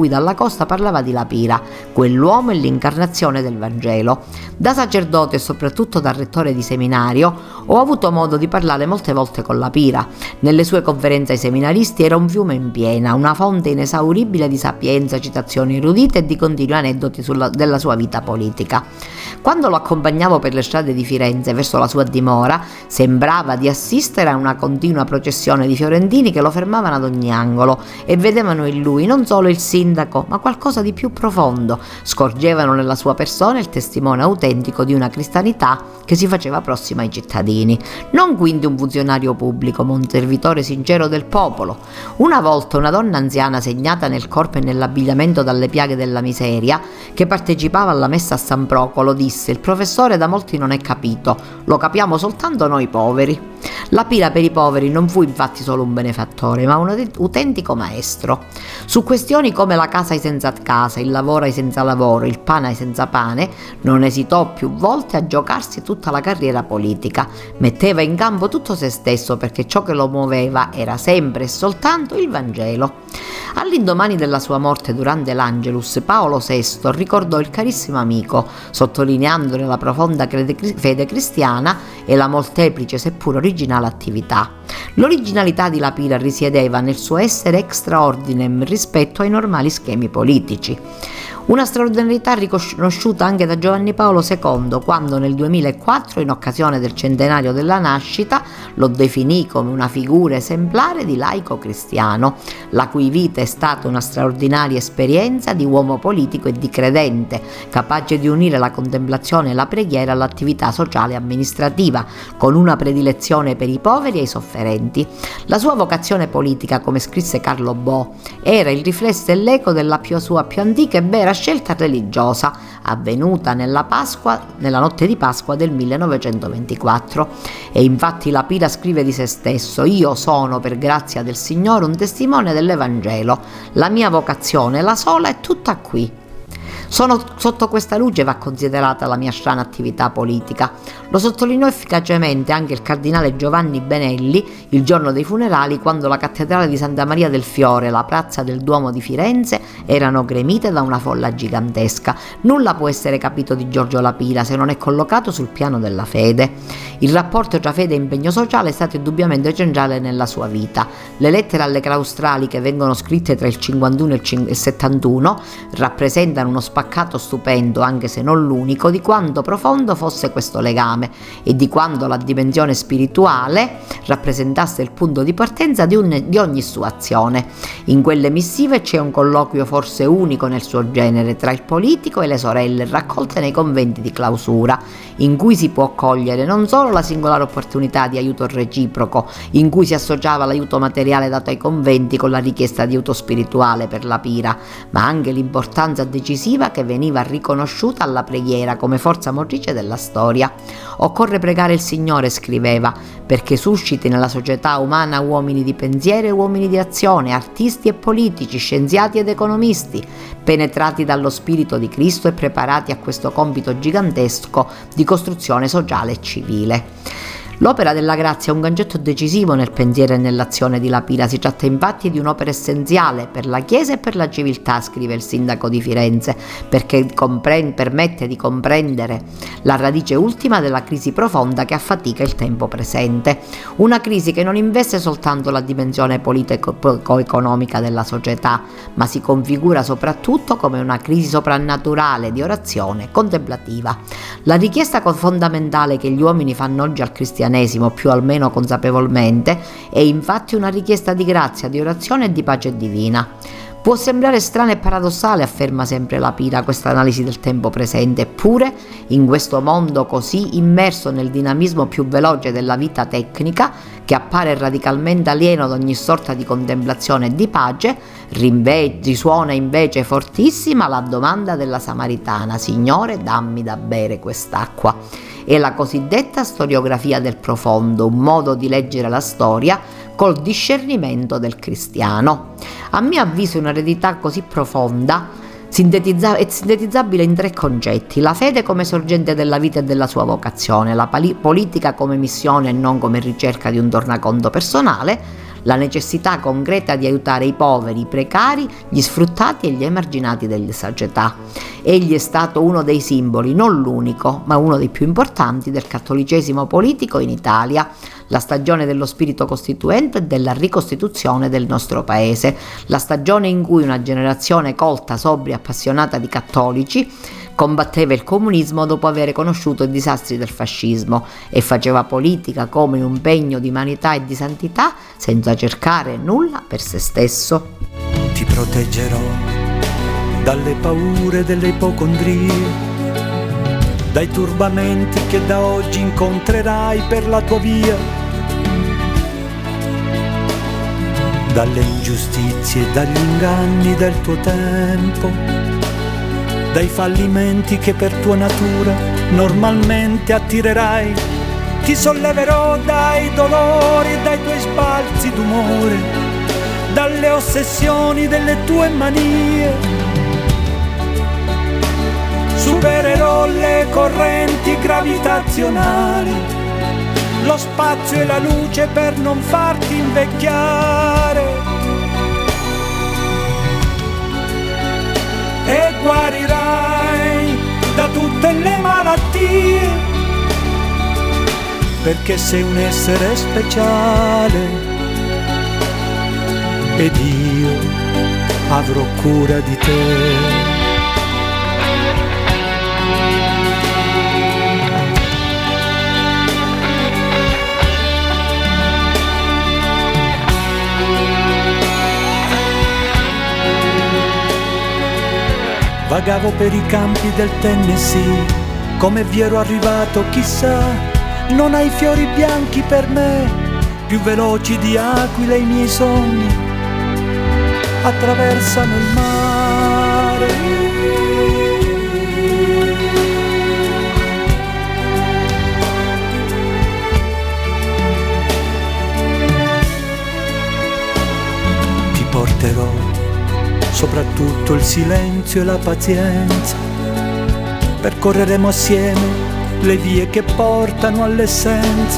nascosta parlava di Lapira, quell'uomo è l'incarnazione del Vangelo. Da sacerdote e soprattutto da rettore di seminario ho avuto modo di parlare molte volte con Lapira. Nelle sue conferenze ai seminaristi era un fiume in piena, una fonte inesauribile di sapienza, citazioni erudite e di continui aneddoti della sua vita politica. Quando lo accompagnavo per le strade di Firenze verso la sua dimora, sembrava di assistere a una continua processione di fiorentini che lo fermavano ad ogni angolo e vedevano in lui non solo il sindaco, ma qualcosa di più profondo. Scorgevano nella sua persona il testimone autentico di una cristianità che si faceva prossima ai cittadini. Non quindi un funzionario pubblico, ma un servitore sincero del popolo. Una volta una donna anziana segnata nel corpo e nell'abbigliamento dalle piaghe della miseria, che partecipava alla messa a San Procolo, disse: il professore da molti non è capito, lo capiamo soltanto noi poveri. Lapira per i poveri non fu infatti solo un benefattore, ma un autentico maestro. Su questioni come la casa ai senza casa, il lavoro ai senza lavoro, il pane ai senza pane, non esitò più volte a giocarsi tutta la carriera politica. Metteva in campo tutto se stesso perché ciò che lo muoveva era sempre e soltanto il Vangelo. All'indomani della sua morte durante l'Angelus, Paolo VI ricordò il carissimo amico, sottolineandone la profonda fede cristiana e la molteplice seppur originale attività. L'originalità di Lapira risiedeva nel suo essere extra ordinem rispetto ai normali schemi politici. Una straordinarietà riconosciuta anche da Giovanni Paolo II, quando nel 2004, in occasione del centenario della nascita, lo definì come una figura esemplare di laico cristiano, la cui vita è stata una straordinaria esperienza di uomo politico e di credente, capace di unire la contemplazione e la preghiera all'attività sociale e amministrativa, con una predilezione per i poveri e i sofferenti. La sua vocazione politica, come scrisse Carlo Bo, era il riflesso e l'eco della sua più antica e vera scelta religiosa avvenuta nella notte di Pasqua del 1924. E infatti Lapira scrive di se stesso: io sono per grazia del Signore un testimone dell'Evangelo, la mia vocazione, la sola, è tutta qui. Sotto questa luce va considerata la mia strana attività politica. Lo sottolineò efficacemente anche il cardinale Giovanni Benelli il giorno dei funerali, quando la cattedrale di Santa Maria del Fiore e la piazza del Duomo di Firenze erano gremite da una folla gigantesca. Nulla può essere capito di Giorgio Lapira se non è collocato sul piano della fede. Il rapporto tra fede e impegno sociale è stato indubbiamente centrale nella sua vita. Le lettere alle claustrali, che vengono scritte tra il 51 e il 71, rappresentano uno spaccato stupendo, anche se non l'unico, di quanto profondo fosse questo legame e di quanto la dimensione spirituale rappresentasse il punto di partenza di ogni sua azione. In quelle missive c'è un colloquio forse unico nel suo genere tra il politico e le sorelle raccolte nei conventi di clausura, in cui si può cogliere non solo la singolare opportunità di aiuto reciproco, in cui si associava l'aiuto materiale dato ai conventi con la richiesta di aiuto spirituale per Lapira, ma anche l'importanza decisiva che veniva riconosciuta alla preghiera come forza motrice della storia. Occorre pregare il Signore, scriveva, perché susciti nella società umana uomini di pensiero e uomini di azione, artisti e politici, scienziati ed economisti, penetrati dallo Spirito di Cristo e preparati a questo compito gigantesco di costruzione sociale e civile. L'opera della grazia è un gancetto decisivo nel pensiero e nell'azione di Lapira. Si tratta infatti di un'opera essenziale per la Chiesa e per la civiltà, scrive il sindaco di Firenze, perché permette di comprendere la radice ultima della crisi profonda che affatica il tempo presente. Una crisi che non investe soltanto la dimensione politico-economica della società, ma si configura soprattutto come una crisi soprannaturale di orazione contemplativa. La richiesta fondamentale che gli uomini fanno oggi al cristianesimo, più o meno consapevolmente, è infatti una richiesta di grazia, di orazione e di pace divina. Può sembrare strana e paradossale, afferma sempre Lapira, questa analisi del tempo presente, eppure in questo mondo così immerso nel dinamismo più veloce della vita tecnica, che appare radicalmente alieno ad ogni sorta di contemplazione e di pace, risuona invece fortissima la domanda della Samaritana: Signore, dammi da bere quest'acqua. È la cosiddetta storiografia del profondo, un modo di leggere la storia col discernimento del cristiano. A mio avviso un'eredità così profonda è sintetizzabile in tre concetti: la fede come sorgente della vita e della sua vocazione, la politica come missione e non come ricerca di un tornaconto personale, la necessità concreta di aiutare i poveri, i precari, gli sfruttati e gli emarginati della società. Egli è stato uno dei simboli, non l'unico, ma uno dei più importanti del cattolicesimo politico in Italia, la stagione dello spirito costituente e della ricostituzione del nostro paese, la stagione in cui una generazione colta, sobria, appassionata di cattolici combatteva il comunismo dopo aver conosciuto i disastri del fascismo e faceva politica come in un pegno di umanità e di santità senza cercare nulla per se stesso. Ti proteggerò dalle paure delle ipocondrie, dai turbamenti che da oggi incontrerai per la tua via, dalle ingiustizie e dagli inganni del tuo tempo, dai fallimenti che per tua natura normalmente attirerai. Ti solleverò dai dolori e dai tuoi sbalzi d'umore, dalle ossessioni delle tue manie. Supererò le correnti gravitazionali, lo spazio e la luce per non farti invecchiare. E guarirai da tutte le malattie, perché sei un essere speciale ed io avrò cura di te. Vagavo per i campi del Tennessee, come vi ero arrivato chissà. Non hai fiori bianchi per me, più veloci di aquile i miei sogni attraversano il mare. Ti porterò soprattutto il silenzio e la pazienza, percorreremo assieme le vie che portano all'essenza.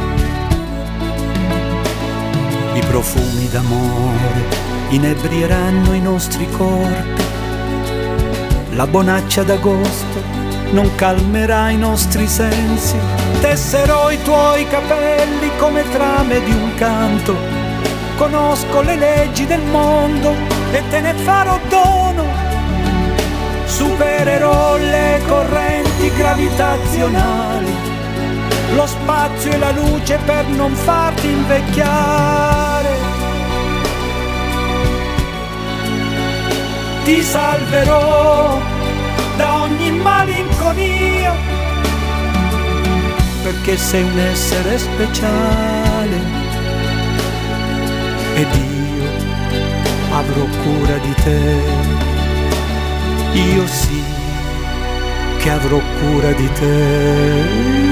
I profumi d'amore inebrieranno i nostri corpi, la bonaccia d'agosto non calmerà i nostri sensi. Tesserò i tuoi capelli come trame di un canto, conosco le leggi del mondo e te ne farò dono. Supererò le correnti gravitazionali, lo spazio e la luce per non farti invecchiare. Ti salverò da ogni malinconia, perché sei un essere speciale ed io avrò cura di te. Io sì che avrò cura di te.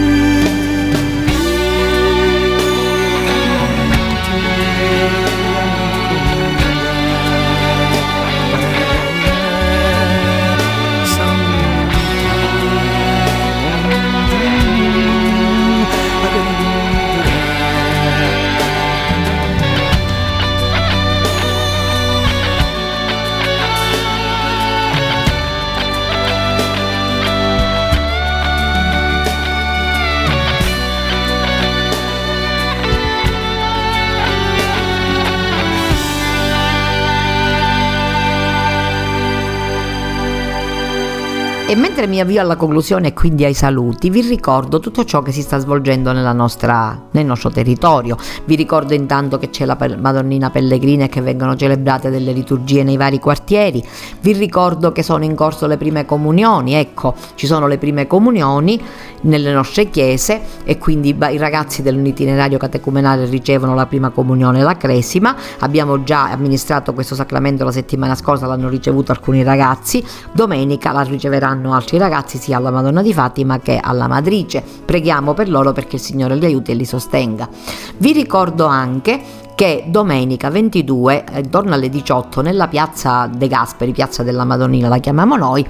E mentre mi avvio alla conclusione e quindi ai saluti, vi ricordo tutto ciò che si sta svolgendo nel nostro territorio. Vi ricordo intanto che c'è la Madonnina Pellegrina e che vengono celebrate delle liturgie nei vari quartieri. Vi ricordo che sono in corso le prime comunioni, ecco, ci sono le prime comunioni nelle nostre chiese e quindi i ragazzi dell'itinerario catecumenale ricevono la prima comunione, la cresima. Abbiamo già amministrato questo sacramento la settimana scorsa, l'hanno ricevuto alcuni ragazzi, domenica la riceveranno altri ragazzi sia alla Madonna di Fatima che alla Madrice. Preghiamo per loro perché il Signore li aiuti e li sostenga. Vi ricordo anche che domenica 22, intorno alle 18, nella piazza De Gasperi, piazza della Madonnina la chiamiamo noi,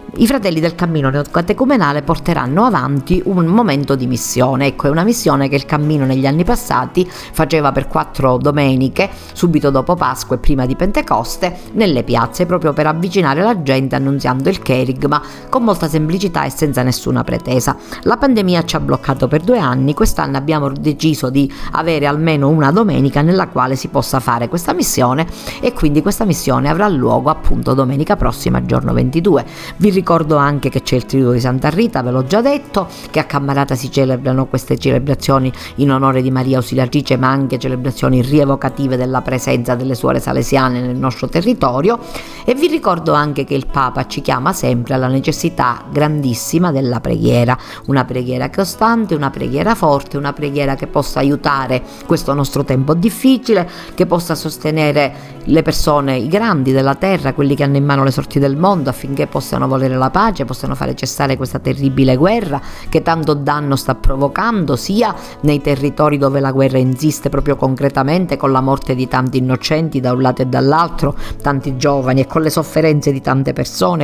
i fratelli del cammino catecumenale porteranno avanti un momento di missione. Ecco, è una missione che il cammino negli anni passati faceva per 4 domeniche, subito dopo Pasqua e prima di Pentecoste, nelle piazze, proprio per avvicinare la gente annunziando il Kerigma con molta semplicità e senza nessuna pretesa. La pandemia ci ha bloccato per 2 anni, quest'anno abbiamo deciso di avere almeno una domenica nella quale si possa fare questa missione, e quindi questa missione avrà luogo appunto domenica prossima, giorno 22. Vi ricordo anche che c'è il Triduo di Santa Rita, ve l'ho già detto, che a Cammarata si celebrano queste celebrazioni in onore di Maria Ausiliatrice, ma anche celebrazioni rievocative della presenza delle suore salesiane nel nostro territorio. E vi ricordo anche che il Papa ci chiama sempre alla necessità grandissima della preghiera, una preghiera costante, una preghiera forte, una preghiera che possa aiutare questo nostro tempo difficile, che possa sostenere le persone, i grandi della terra, quelli che hanno in mano le sorti del mondo, affinché possano volere la pace, possano fare cessare questa terribile guerra che tanto danno sta provocando, sia nei territori dove la guerra insiste proprio concretamente, con la morte di tanti innocenti da un lato e dall'altro, tanti giovani, e con le sofferenze di tante persone,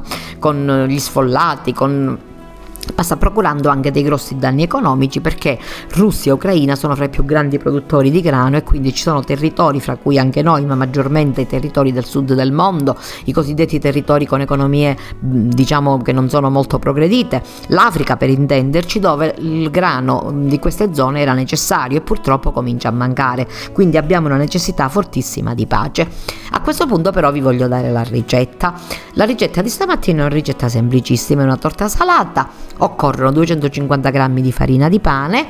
con gli sfollati, sta procurando anche dei grossi danni economici, perché Russia e Ucraina sono fra i più grandi produttori di grano, e quindi ci sono territori, fra cui anche noi, ma maggiormente i territori del sud del mondo, i cosiddetti territori con economie diciamo che non sono molto progredite, l'Africa per intenderci, dove il grano di queste zone era necessario e purtroppo comincia a mancare, quindi abbiamo una necessità fortissima di pace. A questo punto però vi voglio dare la ricetta. La ricetta di stamattina è una ricetta semplicissima, è una torta salata. Occorrono 250 g di farina di pane,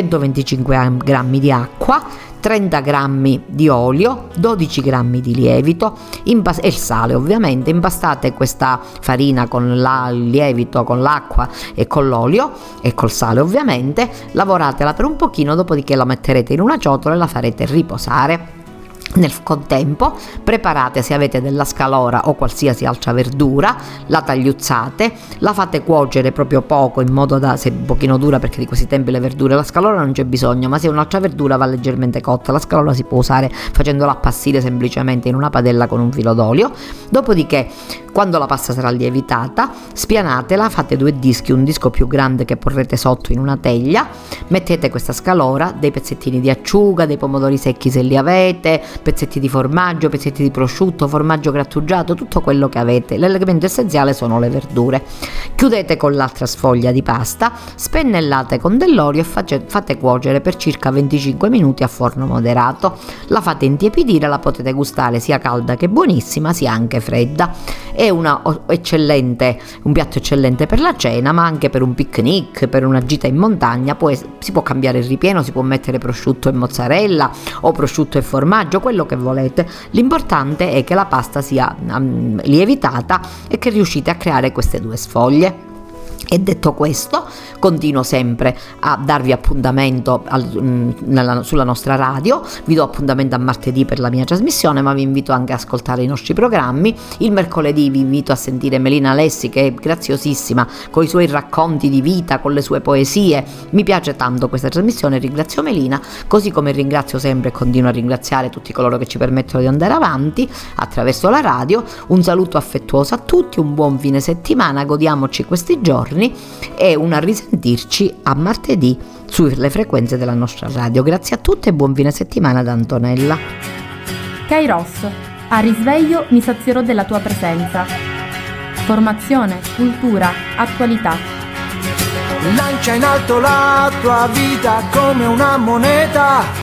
125 g di acqua, 30 g di olio, 12 g di lievito e il sale ovviamente. Impastate questa farina con il lievito, con l'acqua e con l'olio e col sale ovviamente, lavoratela per un pochino, dopodiché la metterete in una ciotola e la farete riposare. Nel contempo preparate, se avete della scalora o qualsiasi altra verdura, la tagliuzzate, la fate cuocere proprio poco, in modo da, se è un pochino dura, perché di questi tempi le verdure, la scalora non c'è bisogno, ma se un'altra verdura va leggermente cotta, la scalora si può usare facendola appassire semplicemente in una padella con un filo d'olio. Dopodiché, quando la pasta sarà lievitata, spianatela, fate 2 dischi, un disco più grande che porrete sotto in una teglia, mettete questa scalora, dei pezzettini di acciuga, dei pomodori secchi se li avete, pezzetti di formaggio, pezzetti di prosciutto, formaggio grattugiato, tutto quello che avete. L'elemento essenziale sono le verdure. Chiudete con l'altra sfoglia di pasta, spennellate con dell'olio e fate cuocere per circa 25 minuti a forno moderato. La fate intiepidire, la potete gustare sia calda che buonissima, sia anche fredda. È un piatto eccellente per la cena, ma anche per un picnic, per una gita in montagna. Poi si può cambiare il ripieno, si può mettere prosciutto e mozzarella o prosciutto e formaggio, quello che volete. L'importante è che la pasta sia lievitata e che riuscite a creare queste 2 sfoglie. E detto questo, continuo sempre a darvi appuntamento sulla nostra radio. Vi do appuntamento a martedì per la mia trasmissione, ma vi invito anche ad ascoltare i nostri programmi. Il mercoledì vi invito a sentire Melina Alessi, che è graziosissima con i suoi racconti di vita, con le sue poesie. Mi piace tanto questa trasmissione, ringrazio Melina, così come ringrazio sempre e continuo a ringraziare tutti coloro che ci permettono di andare avanti attraverso la radio. Un saluto affettuoso a tutti, un buon fine settimana, godiamoci questi giorni e a risentirci a martedì sulle frequenze della nostra radio. Grazie a tutti e buon fine settimana da Antonella. Kairos, a risveglio mi sazierò della tua presenza. Formazione, cultura, attualità. Lancia in alto la tua vita come una moneta